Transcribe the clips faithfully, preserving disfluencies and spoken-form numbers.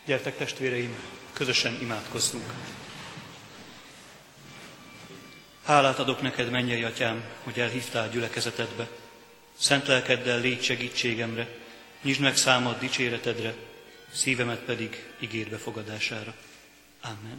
Gyertek, testvéreim, közösen imádkozzunk. Hálát adok neked, mennyei atyám, hogy elhívtál gyülekezetedbe. Szent lelkeddel légy segítségemre, nyisd meg számad dicséretedre, szívemet pedig igéd befogadására. Amen.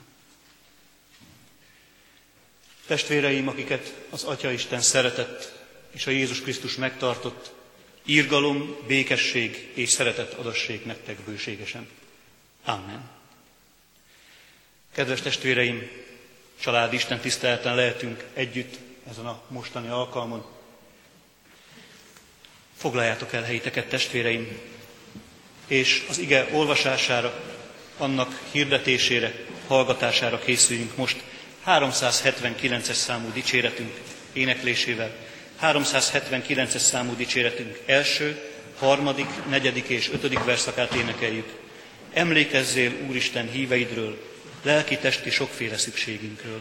Testvéreim, akiket az Atyaisten szeretett, és a Jézus Krisztus megtartott, irgalom, békesség és szeretet adassék nektek bőségesen. Amen. Kedves testvéreim, család Isten tiszteleten lehetünk együtt ezen a mostani alkalmon. Foglaljátok el helyiteket, testvéreim, és az ige olvasására, annak hirdetésére, hallgatására készüljünk most háromszázhetvenkilences számú dicséretünk éneklésével. háromszázhetvenkilences számú dicséretünk első, harmadik, negyedik és ötödik verszakát énekeljük. Emlékezzél, Úristen, híveidről, lelki-testi sokféle szükségünkről.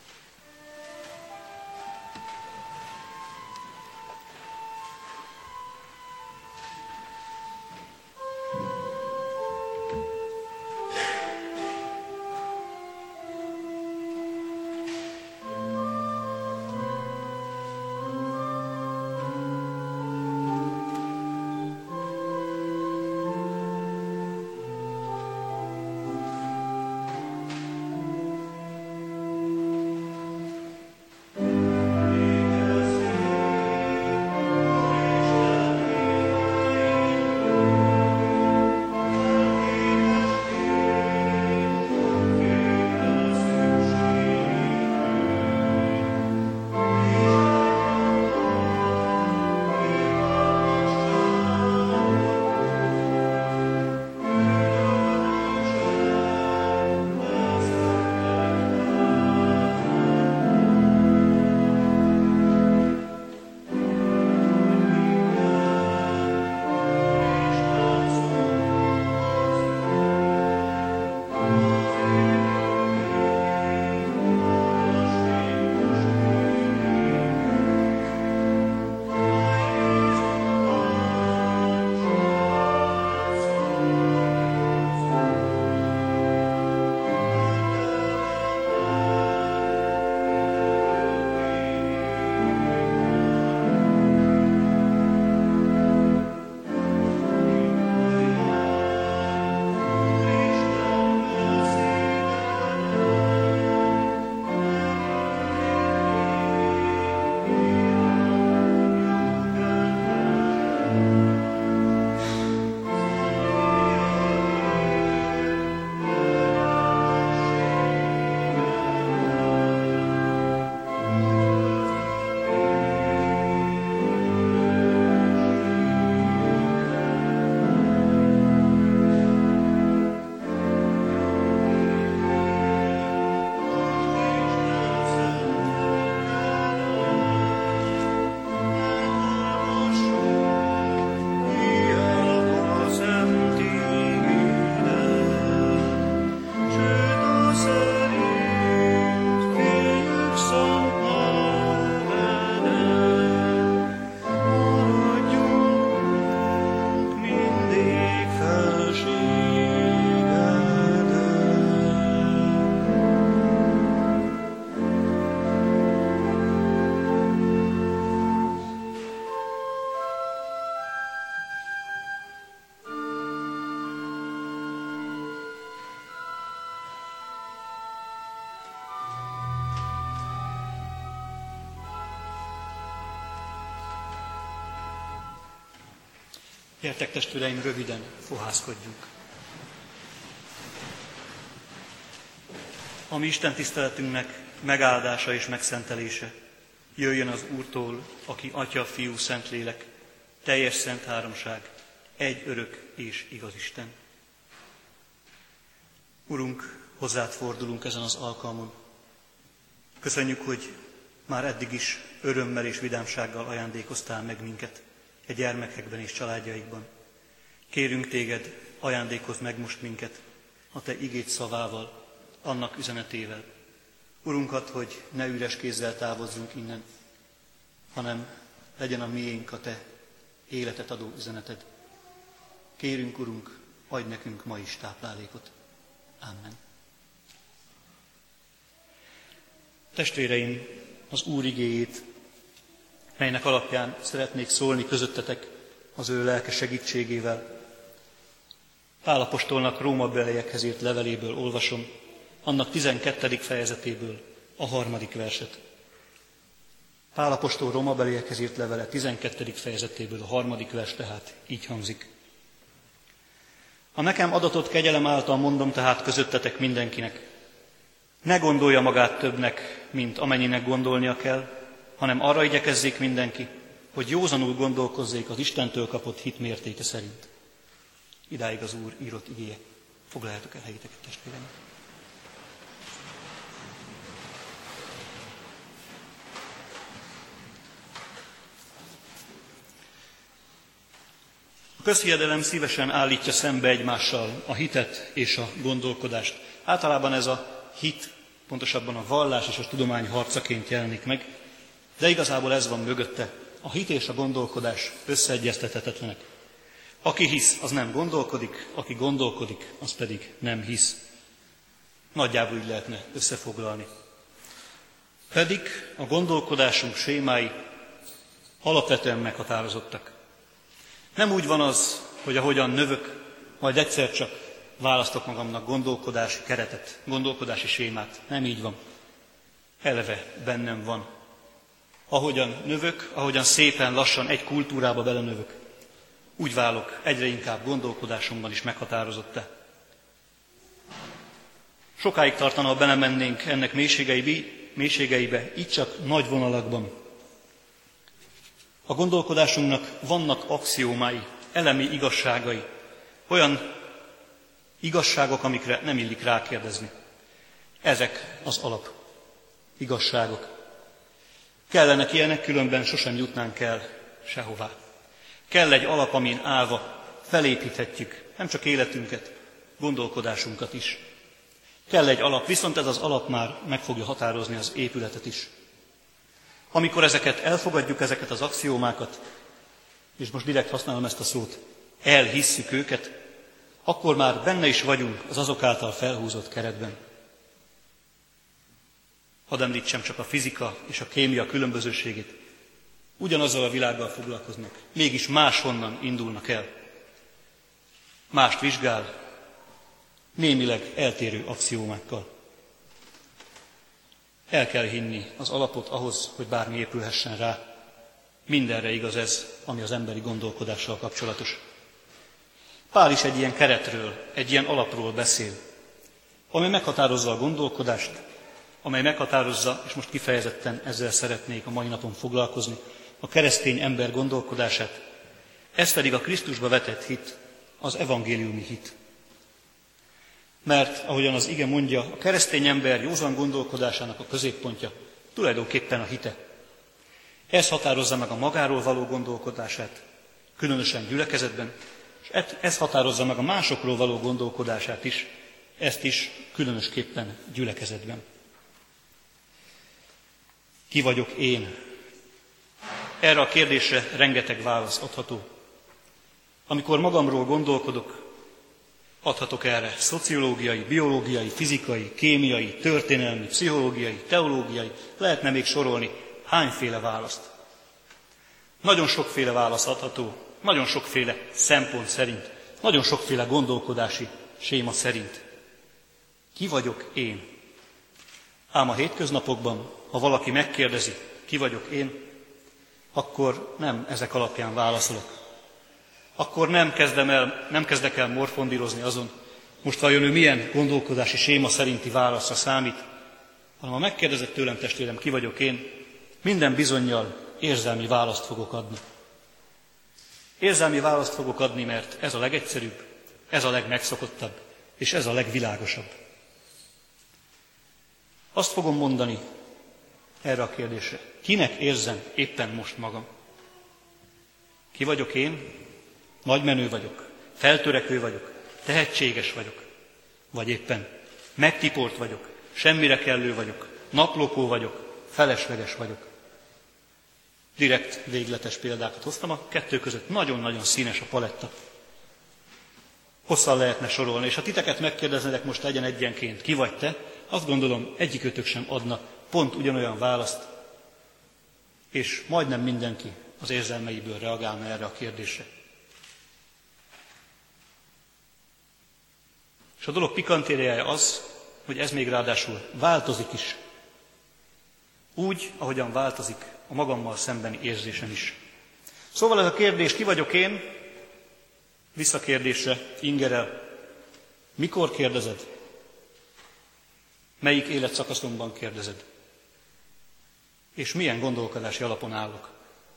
Gyertek, testvéreim, röviden fohászkodjunk. A mi Isten tiszteletünknek megáldása és megszentelése jöjjön az Úrtól, aki Atya, Fiú, Szentlélek, teljes szent háromság, egy örök és igaz Isten. Urunk, hozzád fordulunk ezen az alkalmon. Köszönjük, hogy már eddig is örömmel és vidámsággal ajándékoztál meg minket a gyermekekben és családjaikban. Kérünk téged, ajándékozz meg most minket a te igéd szavával, annak üzenetével. Urunkat, hogy ne üres kézzel távozzunk innen, hanem legyen a miénk a te életet adó üzeneted. Kérünk, Urunk, adj nekünk ma is táplálékot. Amen. Testvéreim, az Úr igéjét, melynek alapján szeretnék szólni közöttetek az ő lelke segítségével, Pál apostolnak Rómabeliekhez írt leveléből olvasom, annak tizenkettedik fejezetéből a harmadik verset. Pál apostol Rómabeliekhez írt levele tizenkettedik fejezetéből a harmadik vers tehát így hangzik. A nekem adatott kegyelem által mondom tehát közöttetek mindenkinek, ne gondolja magát többnek, mint amennyinek gondolnia kell, hanem arra igyekezzék mindenki, hogy józanul gondolkozzék az Istentől kapott hit mértéke szerint. Idáig az Úr írott igéje. Foglaljátok el helyeteket, testvérem. A közhiedelem szívesen állítja szembe egymással a hitet és a gondolkodást. Általában ez a hit, pontosabban a vallás és a tudomány harcaként jelenik meg, de igazából ez van mögötte. A hit és a gondolkodás összeegyeztethetetlenek. Aki hisz, az nem gondolkodik, aki gondolkodik, az pedig nem hisz. Nagyjából így lehetne összefoglalni. Pedig a gondolkodásunk sémái alapvetően meghatározottak. Nem úgy van az, hogy ahogyan növök, majd egyszer csak választok magamnak gondolkodási keretet, gondolkodási sémát. Nem így van. Eleve bennem van. Ahogyan növök, ahogyan szépen lassan egy kultúrába belenövök, úgy válok egyre inkább gondolkodásomban is meghatározott-e. Sokáig tartana, ha belemennénk ennek mélységeibe, mélységeibe, így csak nagy vonalakban. A gondolkodásunknak vannak axiómái, elemi igazságai, olyan igazságok, amikre nem illik rákérdezni. Ezek az alap igazságok. Kellenek ilyenek, különben sosem jutnánk el sehová. Kell egy alap, amin állva felépíthetjük nem csak életünket, gondolkodásunkat is. Kell egy alap, viszont ez az alap már meg fogja határozni az épületet is. Amikor ezeket elfogadjuk, ezeket az axiómákat, és most direkt használom ezt a szót, elhisszük őket, akkor már benne is vagyunk az azok által felhúzott keretben. Hadd említsem csak a fizika és a kémia különbözőségét. Ugyanazzal a világgal foglalkoznak, mégis máshonnan indulnak el. Mást vizsgál, némileg eltérő axiómákkal. El kell hinni az alapot ahhoz, hogy bármi épülhessen rá. Mindenre igaz ez, ami az emberi gondolkodással kapcsolatos. Pál is egy ilyen keretről, egy ilyen alapról beszél, amely meghatározza a gondolkodást, amely meghatározza, és most kifejezetten ezzel szeretnék a mai napon foglalkozni, a keresztény ember gondolkodását. Ez pedig a Krisztusba vetett hit, az evangéliumi hit. Mert, ahogyan az ige mondja, a keresztény ember józan gondolkodásának a középpontja tulajdonképpen a hite. Ez határozza meg a magáról való gondolkodását, különösen gyülekezetben, és ez határozza meg a másokról való gondolkodását is, ezt is különösképpen gyülekezetben. Ki vagyok én? Erre a kérdésre rengeteg válasz adható. Amikor magamról gondolkodok, adhatok erre szociológiai, biológiai, fizikai, kémiai, történelmi, pszichológiai, teológiai, lehetne még sorolni hányféle választ. Nagyon sokféle válasz adható, nagyon sokféle szempont szerint, nagyon sokféle gondolkodási séma szerint. Ki vagyok én? Ám a hétköznapokban, ha valaki megkérdezi, ki vagyok én, akkor nem ezek alapján válaszolok. Akkor nem, kezdem el, nem kezdek el morfondírozni azon, most vajon ő milyen gondolkodási séma szerinti válaszra számít, hanem ha megkérdezett tőlem, testvérem, ki vagyok én, minden bizonnyal érzelmi választ fogok adni. Érzelmi választ fogok adni, mert ez a legegyszerűbb, ez a legmegszokottabb, és ez a legvilágosabb. Azt fogom mondani erre a kérdésre, kinek érzem éppen most magam? Ki vagyok én? Nagymenő vagyok, feltörekvő vagyok, tehetséges vagyok, vagy éppen megtiport vagyok, semmire kellő vagyok, naplókó vagyok, felesleges vagyok. Direkt végletes példákat hoztam, a kettő között nagyon-nagyon színes a paletta. Hosszan lehetne sorolni, és ha titeket megkérdeznének most egyen egyenként, ki vagy te, azt gondolom, egyikőtök sem adna pont ugyanolyan választ, és majdnem mindenki az érzelmeiből reagálna erre a kérdésre. És a dolog pikantériája az, hogy ez még ráadásul változik is. Úgy, ahogyan változik a magammal szembeni érzésem is. Szóval ez a kérdés, ki vagyok én, visszakérdésre ingerel. Mikor kérdezed? Melyik életszakaszomban kérdezed? És milyen gondolkodási alapon állok?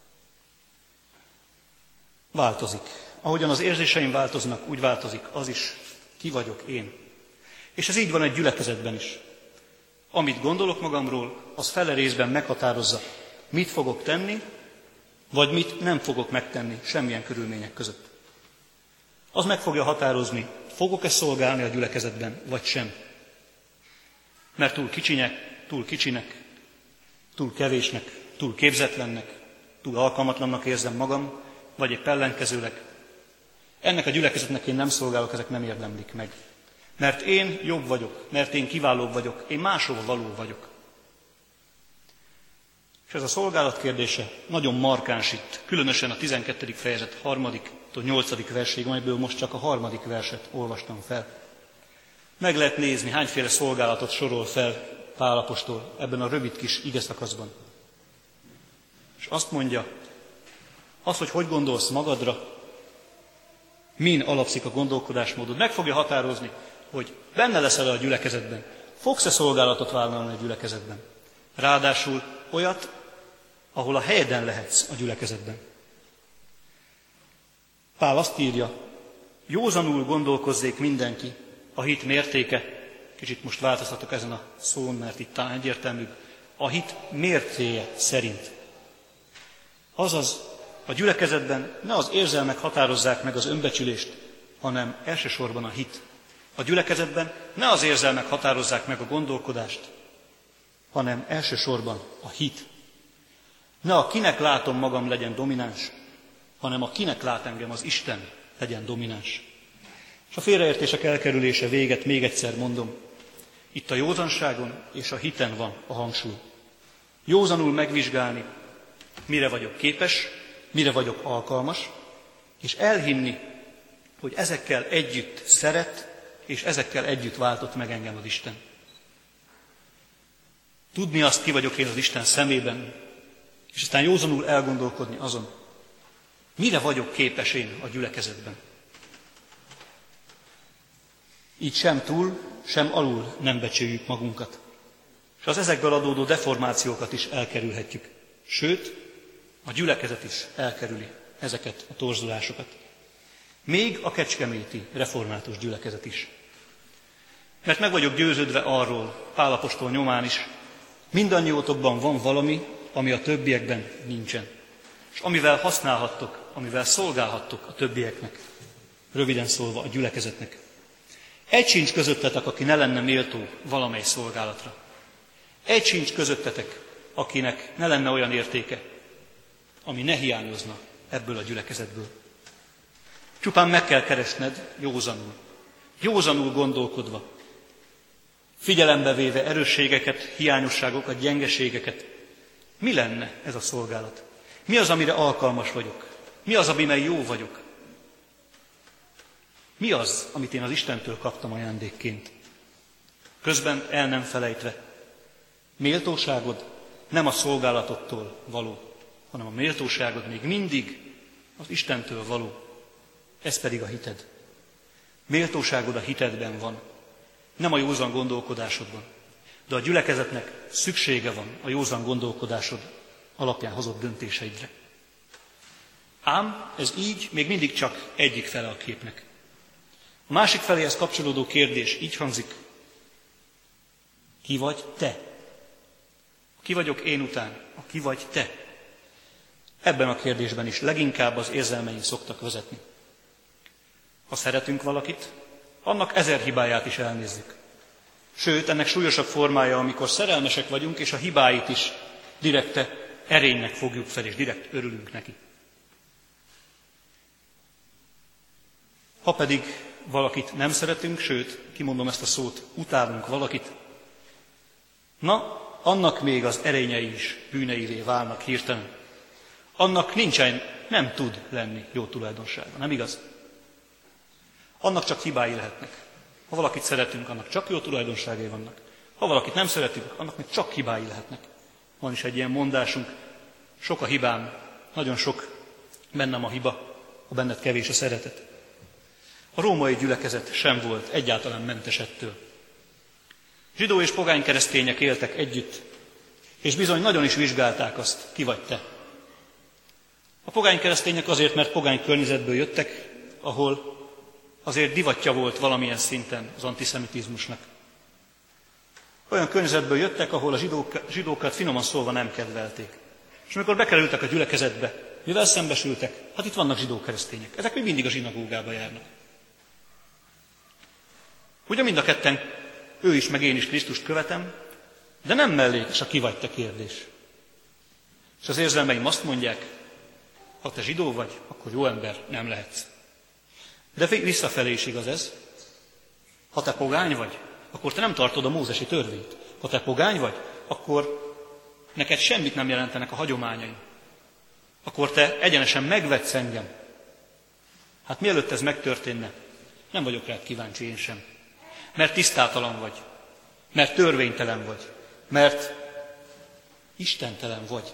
Változik. Ahogyan az érzéseim változnak, úgy változik az is, ki vagyok én. És ez így van egy gyülekezetben is. Amit gondolok magamról, az fele részben meghatározza, mit fogok tenni, vagy mit nem fogok megtenni semmilyen körülmények között. Az meg fogja határozni, fogok-e szolgálni a gyülekezetben, vagy sem. Mert túl kicsinek, túl kicsinek, túl kevésnek, túl képzetlennek, túl alkalmatlannak érzem magam, vagy épp ellenkezőleg. Ennek a gyülekezetnek én nem szolgálok, ezek nem érdemlik meg. Mert én jobb vagyok, mert én kiválóbb vagyok, én máshova való vagyok. És ez a szolgálat kérdése nagyon markáns itt, különösen a tizenkettedik fejezet harmadiktól nyolcadik verséig, amelyből most csak a harmadik verset olvastam fel. Meg lehet nézni, hányféle szolgálatot sorol fel Pál apostol ebben a rövid kis igeszakaszban. És azt mondja, az, hogy hogy gondolsz magadra, min alapszik a gondolkodásmódod, meg fogja határozni, hogy benne leszel a gyülekezetben, fogsz-e szolgálatot vállalni a gyülekezetben. Ráadásul olyat, ahol a helyeden lehetsz a gyülekezetben. Pál azt írja, józanul gondolkozzék mindenki, a hit mértéke, kicsit most változtatok ezen a szón, mert itt talán egyértelmű, a hit mértéje szerint. Azaz, a gyülekezetben ne az érzelmek határozzák meg az önbecsülést, hanem elsősorban a hit. A gyülekezetben ne az érzelmek határozzák meg a gondolkodást, hanem elsősorban a hit. Ne a kinek látom magam legyen domináns, hanem a kinek lát engem az Isten legyen domináns. És a félreértések elkerülése véget még egyszer mondom. Itt a józanságon és a hiten van a hangsúly. Józanul megvizsgálni, mire vagyok képes, mire vagyok alkalmas, és elhinni, hogy ezekkel együtt szeret, és ezekkel együtt váltott meg engem az Isten. Tudni azt, ki vagyok én az Isten szemében, és aztán józanul elgondolkodni azon, mire vagyok képes én a gyülekezetben. Így sem túl, sem alul nem becsüljük magunkat. És az ezekből adódó deformációkat is elkerülhetjük. Sőt, a gyülekezet is elkerüli ezeket a torzulásokat. Még a kecskeméti református gyülekezet is. Mert meg vagyok győződve arról, Pál apostol nyomán is, mindannyiótokban van valami, ami a többiekben nincsen. És amivel használhattok, amivel szolgálhattok a többieknek. Röviden szólva a gyülekezetnek. Egy sincs közöttetek, aki ne lenne méltó valamely szolgálatra. Egy sincs közöttetek, akinek ne lenne olyan értéke, ami ne hiányozna ebből a gyülekezetből. Csupán meg kell keresned józanul, józanul gondolkodva, figyelembe véve erősségeket, hiányosságokat, gyengeségeket. Mi lenne ez a szolgálat? Mi az, amire alkalmas vagyok? Mi az, amiben jó vagyok? Mi az, amit én az Istentől kaptam ajándékként? Közben el nem felejtve, méltóságod nem a szolgálatottól való, hanem a méltóságod még mindig az Istentől való. Ez pedig a hited. Méltóságod a hitedben van, nem a józan gondolkodásodban. De a gyülekezetnek szüksége van a józan gondolkodásod alapján hozott döntéseidre. Ám ez így még mindig csak egyik fele a képnek. A másik feléhez kapcsolódó kérdés így hangzik. Ki vagy te? Ki vagyok én után? A ki vagy te? Ebben a kérdésben is leginkább az érzelmeink szoktak vezetni. Ha szeretünk valakit, annak ezer hibáját is elnézzük. Sőt, ennek súlyosabb formája, amikor szerelmesek vagyunk, és a hibáit is direkte erénynek fogjuk fel, és direkt örülünk neki. Ha pedig valakit nem szeretünk, sőt, kimondom ezt a szót, utálunk valakit, na, annak még az erényei is bűneivé válnak hirtelen. Annak nincsen, nem tud lenni jó tulajdonsága, nem igaz? Annak csak hibái lehetnek. Ha valakit szeretünk, annak csak jó tulajdonságai vannak. Ha valakit nem szeretünk, annak még csak hibái lehetnek. Van is egy ilyen mondásunk, sok a hibám, nagyon sok bennem a hiba, ha benned kevés a szeretet. A római gyülekezet sem volt egyáltalán mentes ettől. Zsidó és pogány keresztények éltek együtt, és bizony nagyon is vizsgálták azt, ki vagy te. A pogány keresztények azért, mert pogány környezetből jöttek, ahol azért divatja volt valamilyen szinten az antiszemitizmusnak. Olyan környezetből jöttek, ahol a zsidók, zsidókat finoman szólva nem kedvelték. És amikor bekerültek a gyülekezetbe, mivel szembesültek? Hát itt vannak zsidó keresztények. Ezek még mindig a zsinagógába járnak. Ugye mind a ketten, ő is, meg én is Krisztust követem, de nem mellékes a ki vagy te kérdés. És az érzelmeim azt mondják, ha te zsidó vagy, akkor jó ember nem lehetsz. De visszafelé is igaz ez. Ha te pogány vagy, akkor te nem tartod a mózesi törvényt. Ha te pogány vagy, akkor neked semmit nem jelentenek a hagyományaim. Akkor te egyenesen megvetsz engem. Hát mielőtt ez megtörténne, nem vagyok rád kíváncsi én sem. Mert tisztátalan vagy, mert törvénytelen vagy, mert istentelen vagy.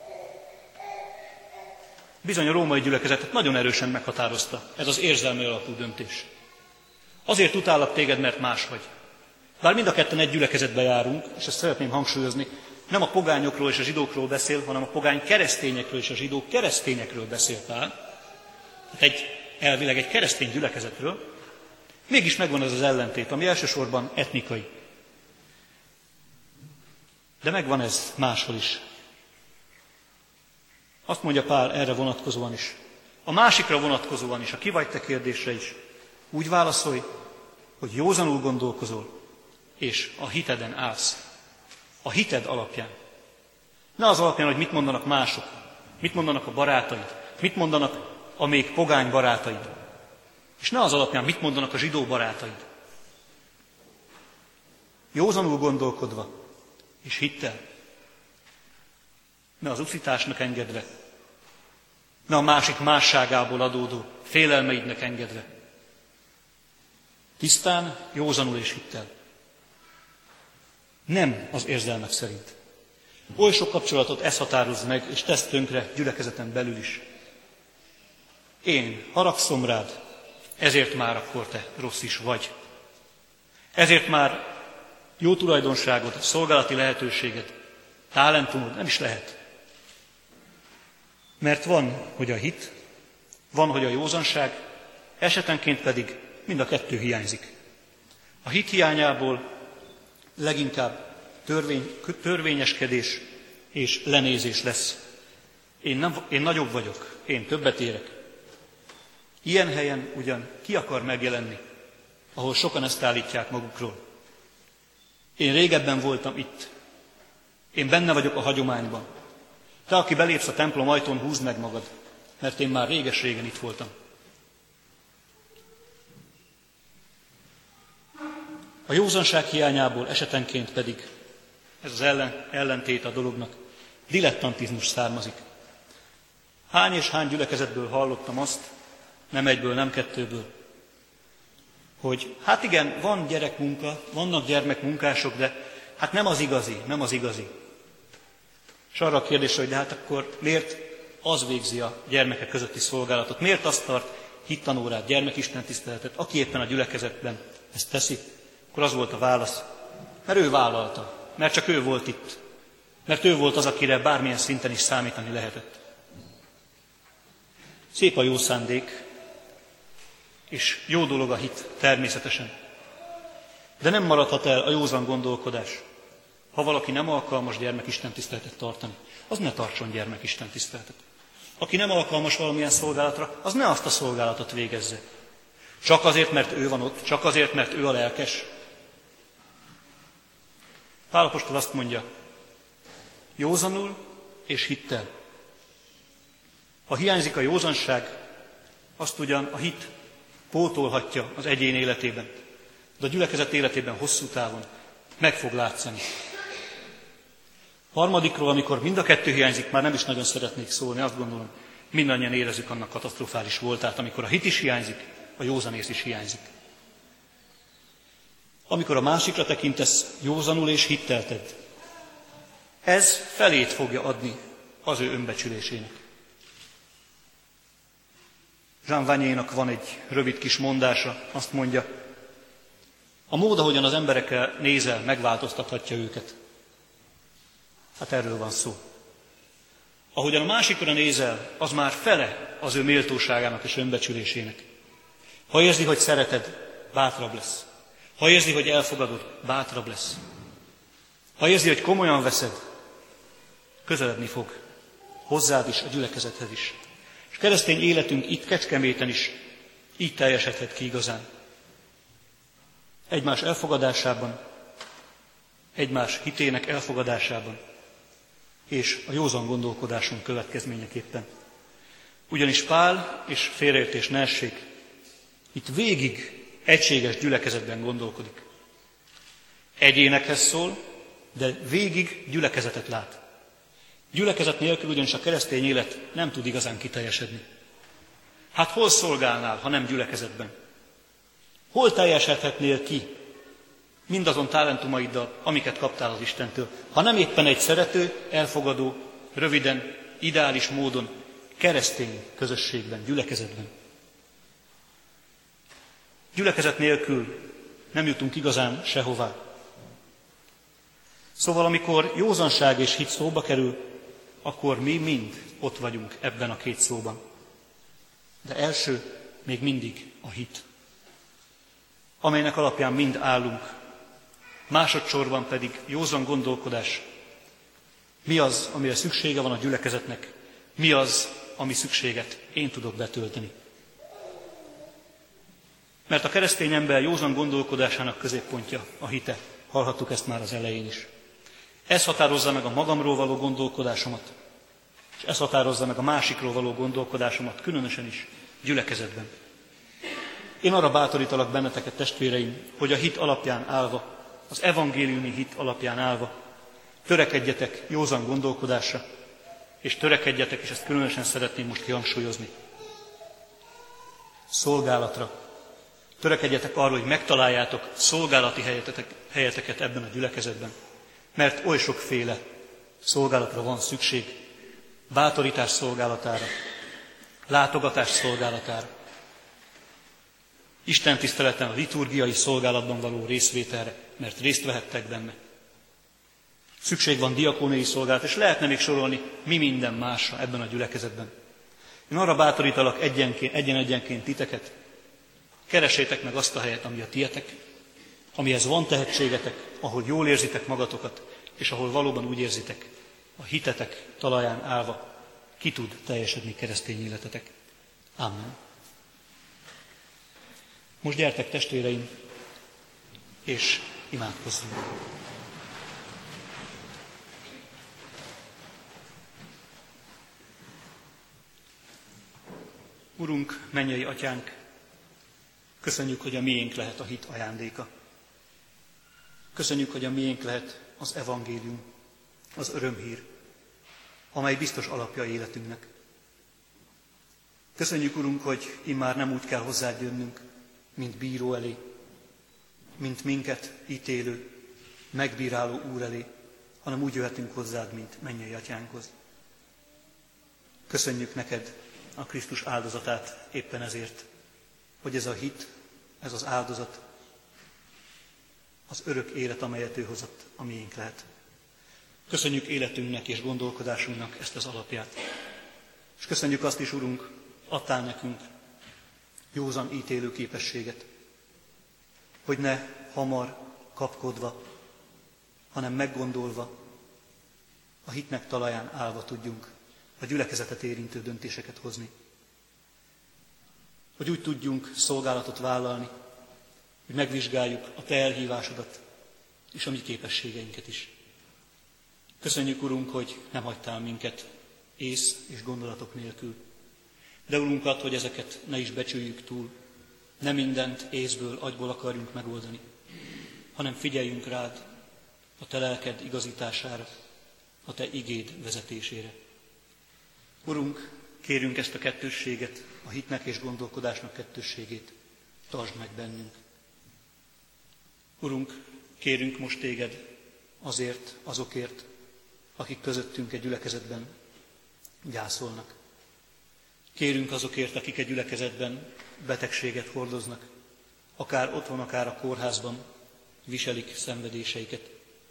Bizony a római gyülekezetet nagyon erősen meghatározta ez az érzelmi alapú döntés. Azért utállak téged, mert más vagy. Bár mind a ketten egy gyülekezetbe járunk, és ezt szeretném hangsúlyozni, nem a pogányokról és a zsidókról beszél, hanem a pogány keresztényekről és a zsidók keresztényekről beszél Pál. Hát egy, elvileg egy keresztény gyülekezetről. Mégis megvan ez az ellentét, ami elsősorban etnikai. De megvan ez máshol is. Azt mondja Pál erre vonatkozóan is. A másikra vonatkozóan is, a ki vagy te kérdésre is. Úgy válaszolj, hogy józanul gondolkozol, és a hiteden állsz. A hited alapján. Ne az alapján, hogy mit mondanak mások, mit mondanak a barátaid, mit mondanak a még pogány barátaid. És ne az alapján, mit mondanak a zsidó barátaid. Józanul gondolkodva, és hittel. Ne az uszításnak engedve, ne a másik másságából adódó félelmeidnek engedve. Tisztán, józanul és hittel. Nem az érzelmek szerint. Oly sok kapcsolatot ez határoz meg, és tesz tönkre gyülekezeten belül is. Én haragszom rád, ezért már akkor te rossz is vagy. Ezért már jó tulajdonságod, szolgálati lehetőséged, talentumod nem is lehet. Mert van, hogy a hit, van, hogy a józanság, esetenként pedig mind a kettő hiányzik. A hit hiányából leginkább törvény, törvényeskedés és lenézés lesz. Én, nem, én nagyobb vagyok, én többet érek. Ilyen helyen ugyan ki akar megjelenni, ahol sokan ezt állítják magukról. Én régebben voltam itt. Én benne vagyok a hagyományban. Te, aki belépsz a templom ajtón, húzd meg magad, mert én már réges-régen itt voltam. A józanság hiányából esetenként pedig, ez az ellen, ellentét a dolognak, dilettantizmus származik. Hány és hány gyülekezetből hallottam azt, nem egyből, nem kettőből, hogy hát igen, van gyerekmunka, vannak gyermekmunkások, de hát nem az igazi, nem az igazi. És arra a kérdésre, hogy de hát akkor miért az végzi a gyermekek közötti szolgálatot, miért azt tart hittanórát, gyermekistentiszteletet, aki éppen a gyülekezetben ezt teszi, akkor az volt a válasz, mert ő vállalta, mert csak ő volt itt, mert ő volt az, akire bármilyen szinten is számítani lehetett. Szép a jó szándék, és jó dolog a hit természetesen. De nem maradhat el a józan gondolkodás. Ha valaki nem alkalmas gyermekistentiszteletet tartani, az ne tartson gyermekistentiszteletet. Aki nem alkalmas valamilyen szolgálatra, az ne azt a szolgálatot végezze. Csak azért, mert ő van ott, csak azért, mert ő a lelkes. Pál apostol azt mondja, józanul és hittel. Ha hiányzik a józanság, azt ugyan a hit pótolhatja az egyén életében, de a gyülekezet életében hosszú távon meg fog látszani. Harmadikról, amikor mind a kettő hiányzik, már nem is nagyon szeretnék szólni, azt gondolom, mindannyian érezzük annak katasztrofális voltát, amikor a hit is hiányzik, a józanész is hiányzik. Amikor a másikra tekintesz, józanul és hittel tedd. Ez felét fogja adni az ő önbecsülésének. Jean Vanier-nak van egy rövid kis mondása, azt mondja, a mód, ahogyan az emberekre nézel, megváltoztathatja őket. Hát erről van szó. Ahogyan a másikra nézel, az már fele az ő méltóságának és önbecsülésének. Ha érzi, hogy szereted, bátrabb lesz. Ha érzi, hogy elfogadod, bátrabb lesz. Ha érzi, hogy komolyan veszed, közeledni fog hozzád is, a gyülekezethez is. És keresztény életünk itt Kecskeméten is így teljesedhet ki igazán. Egymás elfogadásában, egymás hitének elfogadásában, és a józan gondolkodáson következményeképpen. Ugyanis Pál és félreértés ne essék, itt végig egységes gyülekezetben gondolkodik. Egyénekhez szól, de végig gyülekezetet lát. Gyülekezet nélkül ugyanis a keresztény élet nem tud igazán kiteljesedni. Hát hol szolgálnál, ha nem gyülekezetben? Hol teljesedhetnél ki mindazon talentumaiddal, amiket kaptál az Istentől, ha nem éppen egy szerető, elfogadó, röviden, ideális módon, keresztény közösségben, gyülekezetben. Gyülekezet nélkül nem jutunk igazán sehová. Szóval amikor józanság és hit szóba kerül, akkor mi mind ott vagyunk ebben a két szóban. De első még mindig a hit, amelynek alapján mind állunk. Másodszorban pedig józan gondolkodás. Mi az, amire szüksége van a gyülekezetnek? Mi az, ami szükséget én tudok betölteni? Mert a keresztény ember józan gondolkodásának középpontja a hite. Hallhattuk ezt már az elején is. Ez határozza meg a magamról való gondolkodásomat, és ez határozza meg a másikról való gondolkodásomat, különösen is gyülekezetben. Én arra bátorítalak benneteket, testvéreim, hogy a hit alapján állva, az evangéliumi hit alapján állva törekedjetek józan gondolkodásra, és törekedjetek, és ezt különösen szeretném most kihangsúlyozni, szolgálatra. Törekedjetek arra, hogy megtaláljátok szolgálati helyetek, helyeteket ebben a gyülekezetben, mert oly sokféle szolgálatra van szükség, bátorítás szolgálatára, látogatás szolgálatára, Isten tiszteleten, a liturgiai szolgálatban való részvételre, mert részt vehettek benne. Szükség van diakóniai szolgálat, és lehetne még sorolni mi minden másra ebben a gyülekezetben. Én arra bátorítalak egyenként, egyen-egyenként titeket, keresétek meg azt a helyet, ami a tietek, amihez van tehetségetek, ahol jól érzitek magatokat, és ahol valóban úgy érzitek, a hitetek talaján állva ki tud teljesedni keresztény életetek. Amen. Most gyertek, testvéreim, és imádkozzunk. Urunk, mennyei atyánk, köszönjük, hogy a miénk lehet a hit ajándéka. Köszönjük, hogy a miénk lehet az evangélium, az örömhír, amely biztos alapja életünknek. Köszönjük, Urunk, hogy immár nem úgy kell hozzád jönnünk, mint bíró elé, mint minket ítélő, megbíráló Úr elé, hanem úgy jöhetünk hozzád, mint mennyei atyánkhoz. Köszönjük neked a Krisztus áldozatát éppen ezért, hogy ez a hit, ez az áldozat, az örök élet, amelyet ő hozott, a miénk lehet. Köszönjük életünknek és gondolkodásunknak ezt az alapját. És köszönjük azt is, Urunk, adtál nekünk józan ítélő képességet, hogy ne hamar kapkodva, hanem meggondolva, a hitnek talaján állva tudjunk a gyülekezetet érintő döntéseket hozni. Hogy úgy tudjunk szolgálatot vállalni, hogy megvizsgáljuk a te elhívásodat és a mi képességeinket is. Köszönjük, Urunk, hogy nem hagytál minket ész és gondolatok nélkül. De Urunkat, hogy ezeket ne is becsüljük túl, Nem mindent észből, agyból akarjunk megoldani, hanem figyeljünk rád, a te lelked igazítására, a te igéd vezetésére. Urunk, kérünk ezt a kettősséget, a hitnek és gondolkodásnak kettősségét, tartsd meg bennünk. Urunk, kérünk most téged azért, azokért, akik közöttünk egy gyülekezetben gyászolnak. Kérünk azokért, akik egy gyülekezetben betegséget hordoznak, akár otthon, akár a kórházban viselik szenvedéseiket.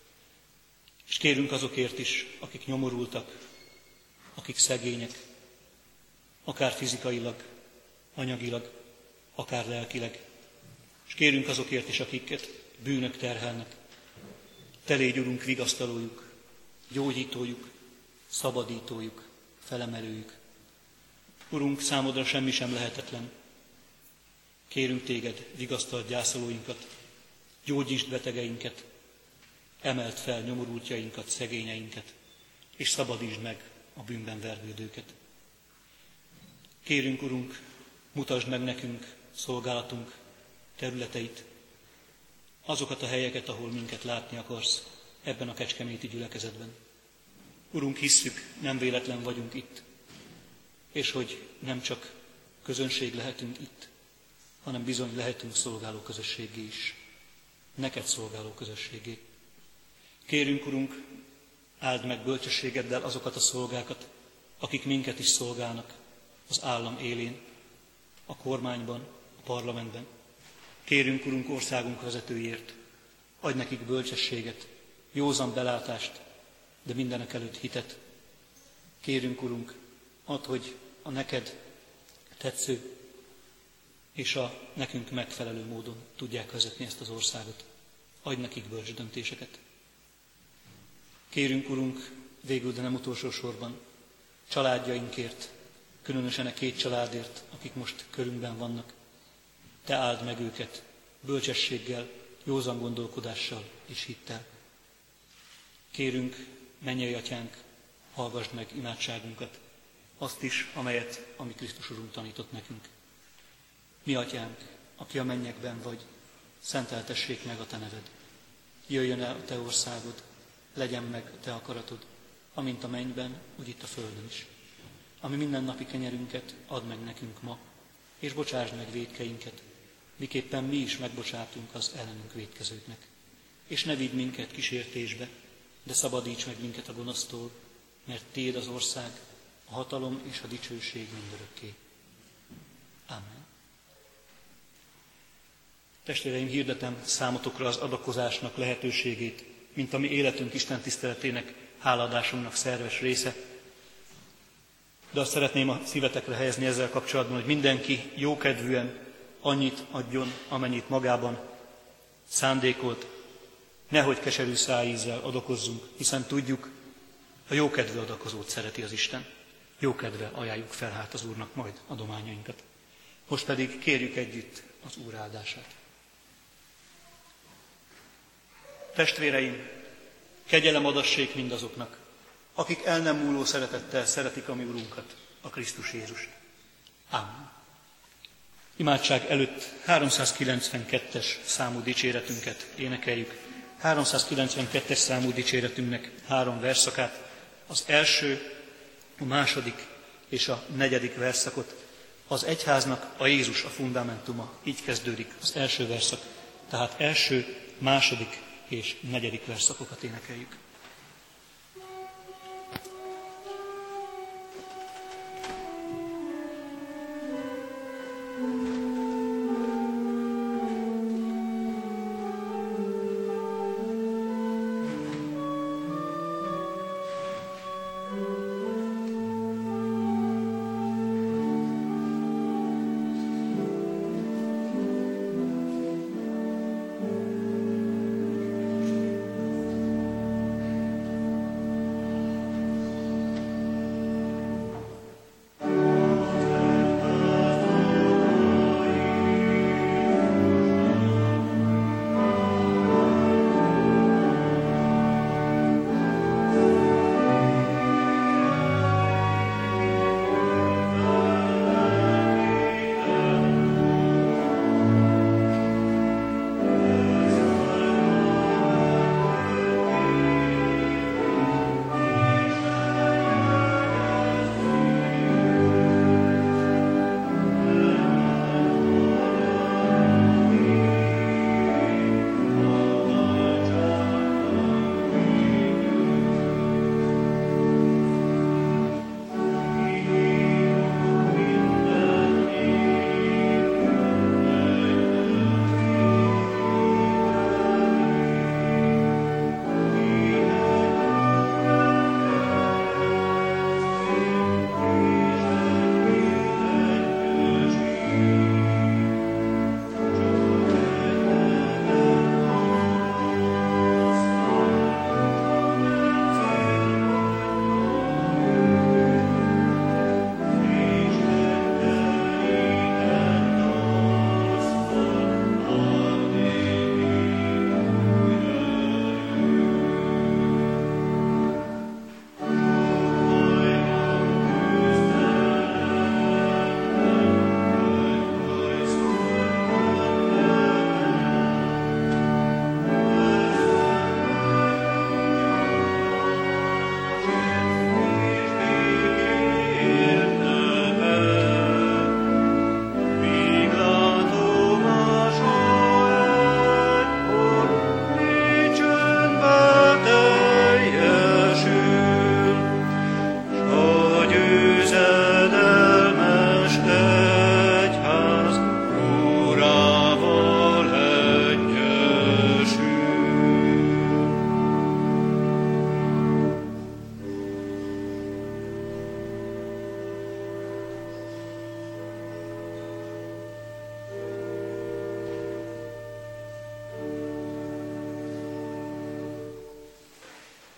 És kérünk azokért is, akik nyomorultak, akik szegények, akár fizikailag, anyagilag, akár lelkileg. És kérünk azokért is, akiket bűnök terhelnek. Te légy, Urunk, vigasztalójuk, gyógyítójuk, szabadítójuk, felemelőjük. Urunk, számodra semmi sem lehetetlen. Kérünk téged, vigasztald gyászolóinkat, gyógyítsd betegeinket, emeld fel nyomorultjainkat, szegényeinket, és szabadítsd meg a bűnben vergődőket. Kérünk, Urunk, mutasd meg nekünk szolgálatunk területeit, azokat a helyeket, ahol minket látni akarsz ebben a kecskeméti gyülekezetben. Urunk, hisszük, nem véletlen vagyunk itt, és hogy nem csak közönség lehetünk itt, hanem bizony lehetünk szolgáló közösségé is. Neked szolgáló közösségé. Kérünk, Urunk, áld meg bölcsességeddel azokat a szolgákat, akik minket is szolgálnak az állam élén, a kormányban, a parlamentben. Kérünk, Urunk, országunk vezetőiért, adj nekik bölcsességet, józan belátást, de mindenek előtt hitet. Kérünk, Urunk, add, hogy a neked tetsző és a nekünk megfelelő módon tudják vezetni ezt az országot. Adj nekik bölcs döntéseket. Kérünk, Urunk, végül, de nem utolsó sorban, családjainkért, különösen a két családért, akik most körünkben vannak. Te áld meg őket bölcsességgel, józan gondolkodással és hittel. Kérünk, mennyei Atyánk, hallgassd meg imádságunkat, azt is, amelyet, ami Krisztus Urunk tanított nekünk. Mi Atyánk, aki a mennyekben vagy, szenteltessék meg a te neved. Jöjjön el a te országod, legyen meg a te akaratod, amint a mennyben, úgy itt a földön is. Ami mindennapi kenyerünket add meg nekünk ma, és bocsásd meg vétkeinket, miképpen mi is megbocsátunk az ellenünk vétkezőknek. És ne vidd minket kísértésbe, de szabadíts meg minket a gonosztól, mert tiéd az ország, a hatalom és a dicsőség mindörökké. Amen. Testvéreim, hirdetem számotokra az adakozásnak lehetőségét, mint a mi életünk Isten tiszteletének, háladásunknak szerves része. De azt szeretném a szívetekre helyezni ezzel kapcsolatban, hogy mindenki jókedvűen annyit adjon, amennyit magában szándékolt, nehogy keserű szájízzel adakozzunk, hiszen tudjuk, a jókedvű adakozót szereti az Isten. Jókedve ajánljuk fel hát az Úrnak majd adományainkat. Most pedig kérjük együtt az Úr áldását. Testvéreim, kegyelem adassék mindazoknak, akik el nem múló szeretettel szeretik a mi Urunkat, a Krisztus Jézust. Amen. Imádság előtt háromszázkilencvenkettes számú dicséretünket énekeljük. háromszázkilencvenkettes számú dicséretünknek három verszakát. Az első, a második és a negyedik verszakot. Az egyháznak a Jézus a fundamentuma. Így kezdődik az első verszak. Tehát első, második és negyedik verszakokat énekeljük.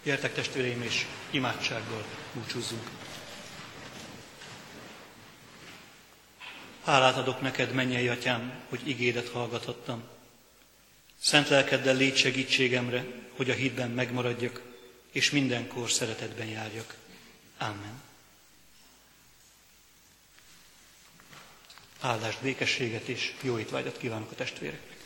Gyertek testvéreim, és imádsággal búcsúzzunk. Hálát adok neked, mennyei atyám, hogy igédet hallgathattam. Szent lelkeddel légy segítségemre, hogy a hitben megmaradjak, és mindenkor szeretetben járjak. Amen. Áldást, békességet és jó étvágyat kívánok a testvéreknek.